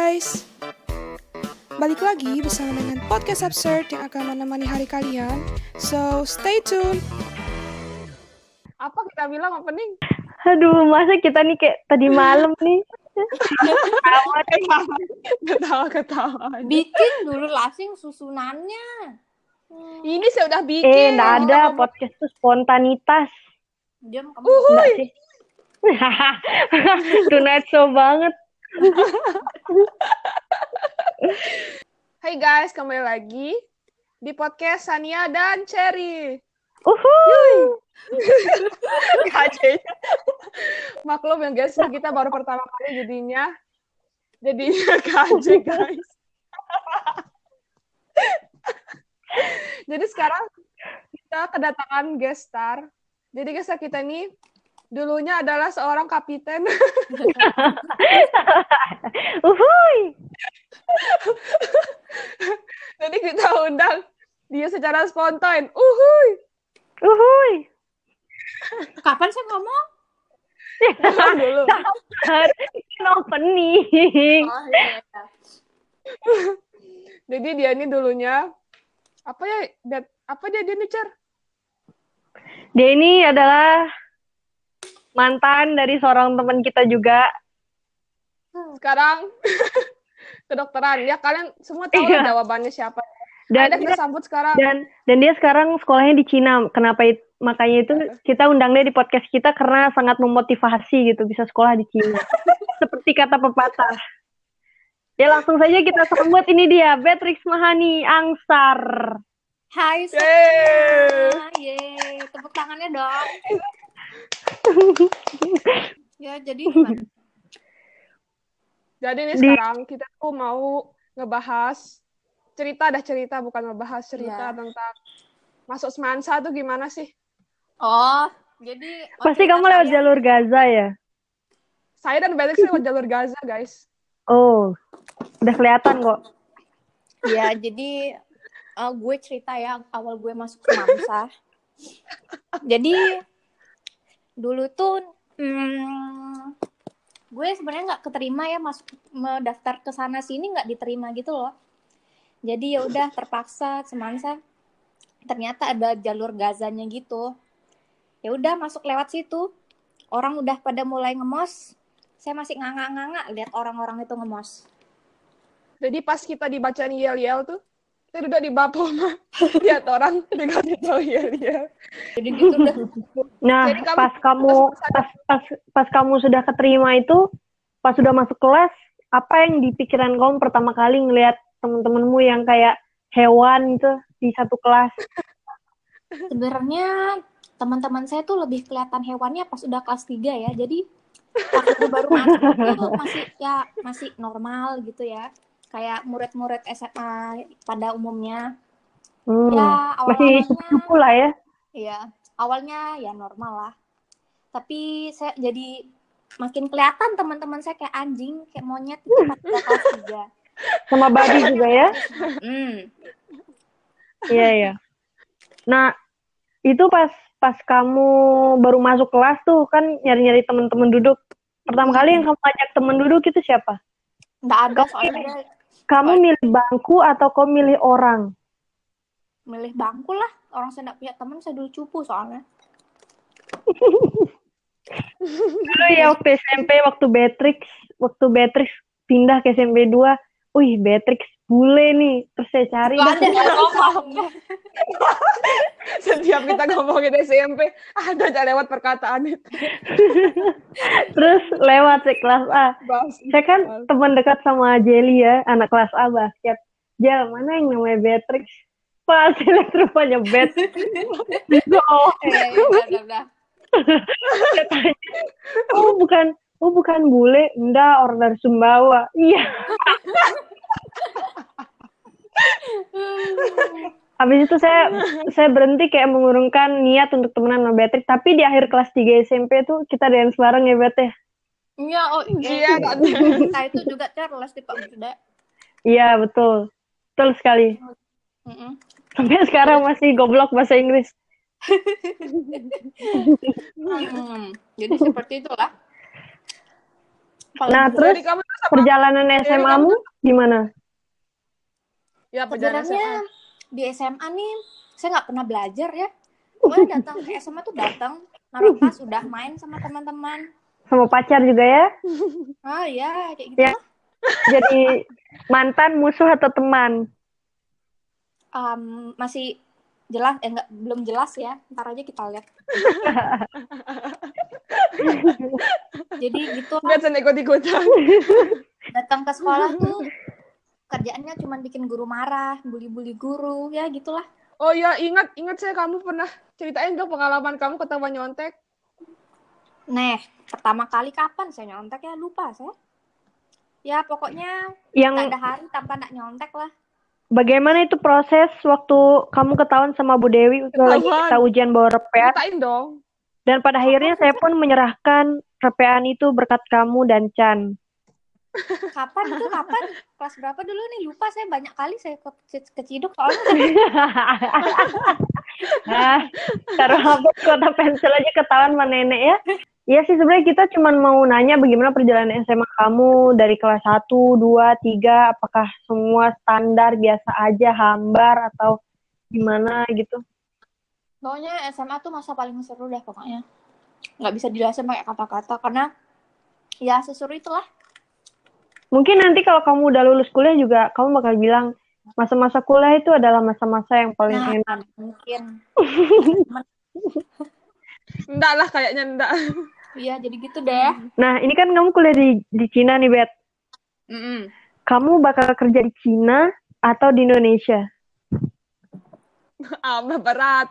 guys, balik lagi bersama dengan podcast absurd yang akan menemani hari kalian. So stay tuned. Apa kita bilang opening? Aduh, masa kita nih kayak tadi malam nih. Ketawa. Bikin dulu lasing susunannya. Ini saya udah bikin. Nggak ada, podcast tuh spontanitas. Diam kamu. Nggak sih. Tonight show banget. Hai guys, kembali lagi di podcast Sania dan Cherry. Maklum ya guys, kita baru pertama kali jadinya KJ guys. Jadi sekarang kita kedatangan guest star. Jadi guest star kita ini dulunya adalah seorang kapiten. Jadi kita undang dia secara spontan. Kapan sih ngomong? Dulu. Opening. Oh, iya. Jadi dia ini dulunya apa dia nih, Cer? Dia ini adalah mantan dari seorang teman kita juga. Sekarang kedokteran. Ya kalian semua tahu lah jawabannya siapa. Dan Ada kita sambut sekarang. Dan dia sekarang sekolahnya di Cina. Makanya itu kita undang dia di podcast kita karena sangat memotivasi gitu bisa sekolah di Cina. Seperti kata pepatah. Ya langsung saja kita sambut, ini dia Beatrix Mahani Angsar. Hai semua. Yeay, tepuk tangannya dong. Ya, jadi gimana? Jadi ini sekarang kita tuh mau ngebahas cerita bukan ngebahas cerita tentang masuk semansa tuh gimana sih? Oh, jadi Pasti kamu lewat jalur Gaza ya? Saya dan Beatrix lewat jalur Gaza, guys. Oh, udah kelihatan kok. Ya, jadi gue cerita ya awal gue masuk ke Mamsa. Jadi dulu tuh gue sebenarnya nggak keterima ya masuk daftar ke sana sini, nggak diterima gitu loh. Jadi ya udah terpaksa semansa. Ternyata ada jalur Gazanya gitu. Ya udah masuk lewat situ. Orang udah pada mulai ngemos. Saya masih nganga-nganga lihat orang-orang itu ngemos. Jadi pas kita dibacain yel-yel tuh, kita duduk di Bapoma, lihat orang dikasih tahu yel-yel. Jadi gitu udah. Nah, Jadi pas kamu sudah keterima itu, pas sudah masuk kelas, apa yang di pikiran kamu pertama kali ngelihat teman-temanmu yang kayak hewan itu di satu kelas? Sebenarnya teman-teman saya tuh lebih kelihatan hewannya pas udah kelas 3 ya. Jadi waktu gue baru masuk tuh masih normal gitu ya. Kayak murid-murid SMA pada umumnya. Ya, masih cupu-cupu lah ya. Iya, awalnya ya normal lah. Tapi saya jadi makin kelihatan teman-teman saya kayak anjing, kayak monyet itu pas udah kelas 3. Sama babi juga ya. Iya. Nah, itu pas kamu baru masuk kelas tuh kan nyari-nyari teman-teman duduk. Pertama kali yang kamu ajak teman duduk itu siapa? Nggak ada soalnya. Kamu milih bangku atau kamu milih orang? Milih bangku lah. Orang saya nggak punya teman, saya dulu cupu soalnya. Dulu ya waktu SMP, waktu Beatrix pindah ke SMP 2, wih Beatrix bule nih, terus saya cari. Nggak ada yang ngomong. Setiap kita ngomongin SMP, ada aja lewat perkataan itu. Terus lewat kelas A. Saya kan teman dekat sama Jelly ya, anak kelas A basket. Jel, mana yang namanya Beatrix? Pas lihat rupanya Beatrix. Udah. Oh bukan bule, enggak, orang dari Sumbawa. Iya. Habis itu saya berhenti kayak mengurungkan niat untuk temenan sama Beatrix, tapi di akhir kelas 3 SMP tuh kita dance bareng ya, Bet ya. Iya, Iya, kita itu juga les di Pak Buda. Iya, betul. Betul sekali. Sampai sekarang masih goblok bahasa Inggris. Jadi seperti itulah. Nah, terus Jadi kamu tuh Perjalanan Jadi SMA-mu gimana? Ya, perjalanan SMA. Sebenarnya di SMA nih saya nggak pernah belajar ya. Pokoknya datang ke SMA tuh datang, naruh tas, udah main sama teman-teman. Sama pacar juga ya? Ah ya, kayak gitu Ya. lah. Jadi mantan, musuh atau teman? Masih jelas, belum jelas ya. Ntar aja kita lihat. Jadi gitu lah. Biar saya ikut-ikutan. Datang ke sekolah tuh kerjaannya cuma bikin guru marah, bully-bully guru, ya gitulah. Oh ya, ingat saya kamu pernah ceritain dong pengalaman kamu ketahuan nyontek. Nah, pertama kali kapan saya nyontek ya? Lupa saya. Ya pokoknya Yang tak ada hari tanpa nak nyontek lah. bagaimana itu proses waktu kamu ketahuan sama Bu Dewi waktu lagi Ketahuan. kita ujian bawa repean? Ceritain dong. Dan pada akhirnya saya pun menyerahkan repean itu berkat kamu dan Chan. Kapan itu? Kapan? Kelas berapa dulu nih? Lupa saya, banyak kali saya keciduk soalnya. Nah, taruh HP kota pensil aja ketahuan sama nenek ya. Iya sih sebenarnya kita cuma mau nanya bagaimana perjalanan SMA kamu dari kelas 1, 2, 3, apakah semua standar biasa aja, hambar atau gimana gitu. Pokoknya SMA tuh masa paling seru deh pokoknya. Nggak bisa dijelasin pakai kata-kata karena ya seseru itulah. Mungkin nanti kalau kamu udah lulus kuliah juga kamu bakal bilang masa-masa kuliah itu adalah masa-masa yang paling enak. Mungkin. Enggak lah, kayaknya enggak. Iya, jadi gitu deh. Nah, ini kan kamu kuliah di Cina nih, Bet. Kamu bakal kerja di Cina atau di Indonesia? Berat.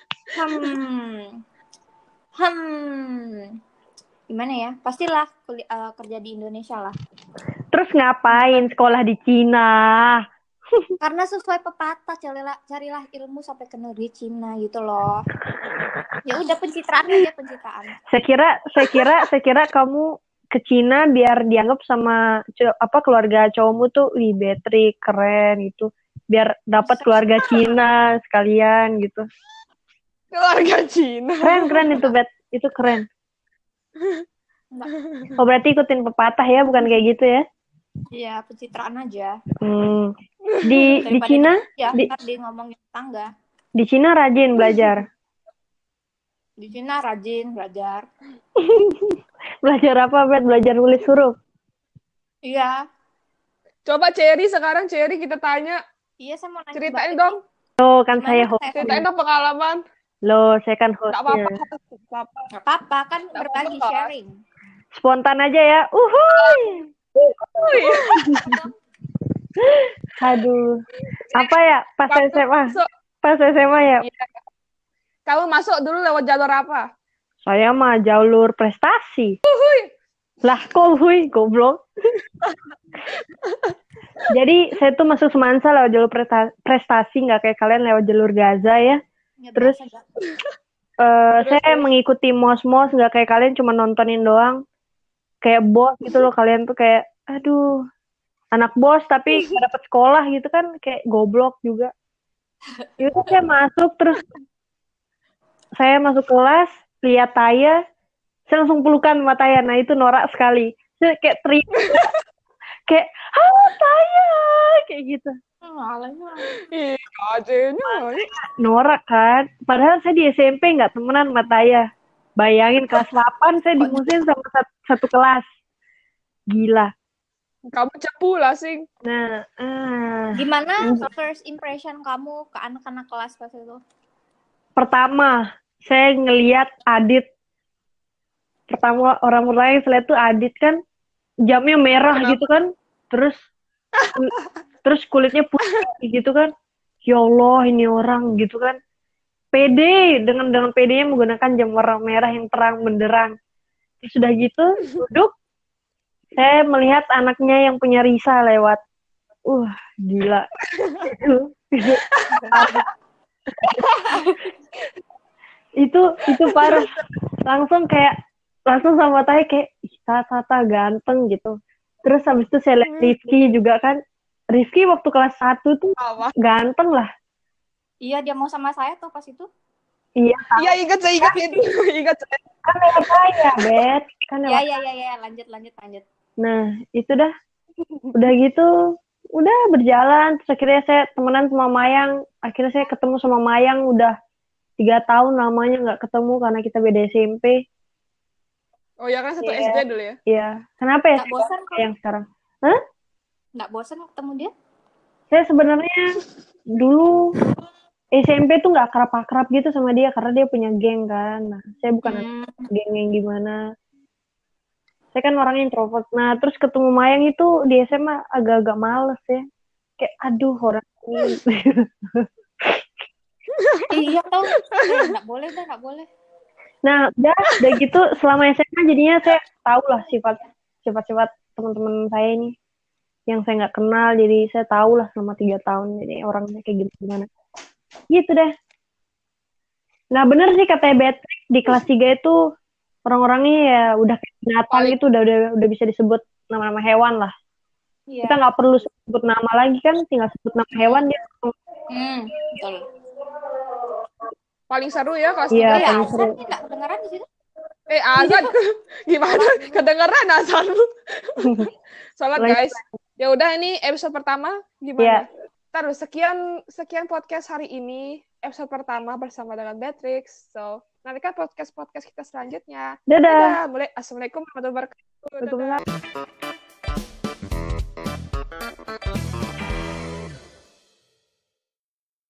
Gimana ya? Pastilah kerja di Indonesia lah. Terus ngapain sekolah di Cina? Karena sesuai pepatah, carilah ilmu sampai ke negeri Cina gitu loh. Ya udah, pencitraan aja, pencitraan. Saya kira kamu ke Cina biar dianggap sama keluarga cowokmu tuh Betri keren gitu. Biar dapat keluarga Cina sekalian gitu. Keluarga Cina. Keren itu, Bet. Itu keren. Enggak. Oh, berarti ikutin pepatah ya, bukan kayak gitu ya? Iya, pencitraan aja. Di Cina? Ya, ntar dia ngomongin tetangga. Di Cina rajin belajar. Di Cina rajin belajar. Belajar apa, Bet? Belajar nulis huruf? Iya. Coba Cherry kita tanya. Iya, saya mau nanya. Ceritain dong. Loh, kan saya host. Ceritain dong pengalaman. Loh, saya kan Gak hostnya. apa-apa. Gak apa-apa, kan berbagi, sharing. Spontan aja ya. Uhuy. Aduh. Apa ya? Pas SMA ya? Iya. Kamu masuk dulu lewat jalur apa? Saya mah jalur prestasi. Lah, kok goblok. Jadi, saya tuh masuk Semansa lewat jalur prestasi, nggak kayak kalian lewat jalur Gaza ya. Ya, Terus, saya mengikuti mos-mos, nggak kayak kalian cuma nontonin doang. Kayak bos gitu loh, kalian tuh kayak, aduh, anak bos tapi nggak dapet sekolah gitu kan, kayak goblok juga. Itu saya masuk, terus saya masuk kelas, lihat Taya, saya langsung pelukan sama Taya. Nah, itu norak sekali. Saya kayak teriak, kayak, halo Taya, kayak gitu. Norak kan. Padahal saya di SMP nggak temenan sama Taya. Bayangin kelas 8 saya dimusuhin sama satu kelas. Gila. Kamu cepu lah, Sing. Nah, gimana first impression kamu ke anak-anak kelas pas itu? Pertama, saya ngelihat Adit. Pertama orang yang saya lihat tuh Adit kan jamnya merah gitu kan. Terus kulitnya putih gitu kan. Ya Allah, ini orang gitu kan. Pede, dengan pedenya menggunakan jam warna merah yang terang benderang. Terus sudah gitu, duduk. Saya melihat anaknya yang punya Risa lewat. Gila. itu parah. Langsung sama Taya kayak, Tata ganteng gitu. Terus habis itu saya lihat Rizky juga kan. Rizky waktu kelas 1 tuh ganteng lah. Iya, dia mau sama saya tuh pas itu. Iya, ingat saya. Kan lewat Taya, Bet. Iya, lanjut. Nah, itu dah. Udah gitu, udah berjalan. Terus akhirnya saya temenan sama Mayang. Akhirnya saya ketemu sama Mayang udah 3 tahun lamanya nggak ketemu karena kita beda SMP. Oh ya kan satu Iya. SD dulu ya. Iya. Kenapa ya Nggak bosan kok? Mayang sekarang? Hah? Nggak bosan ketemu dia? Saya sebenarnya dulu SMP tuh nggak akrab-akrab gitu sama dia karena dia punya geng kan. Nah, saya bukan anak geng yang gimana. Saya kan orangnya introvert. Nah, terus ketemu Mayang itu di SMA agak-agak males ya. Kayak aduh orang ini. Iya tau. Nggak boleh dah, nggak boleh. Nah, udah gitu selama SMA jadinya saya tahu lah sifat-sifat teman-teman saya ini yang saya nggak kenal. Jadi saya tahu lah selama 3 tahun jadi orangnya kayak gimana. Gitu deh. Nah, bener sih katanya Beatrix di kelas 3 itu orang-orangnya ya udah kayak binatang gitu, udah bisa disebut nama-nama hewan lah. Iya. Kita nggak perlu sebut nama lagi kan, tinggal sebut nama hewan dia. Betul. Paling seru ya kelas Iya, 3. Ya, paling seru. azan nih nggak kedengeran di situ. Azan gimana? Kedengeran azan lu. Salat guys. Ya udah ini episode pertama gimana? Terus sekian podcast hari ini, episode pertama bersama dengan Beatrix. So, nantikan podcast kita selanjutnya. Dadah. Assalamualaikum warahmatullahi wabarakatuh. Dadah.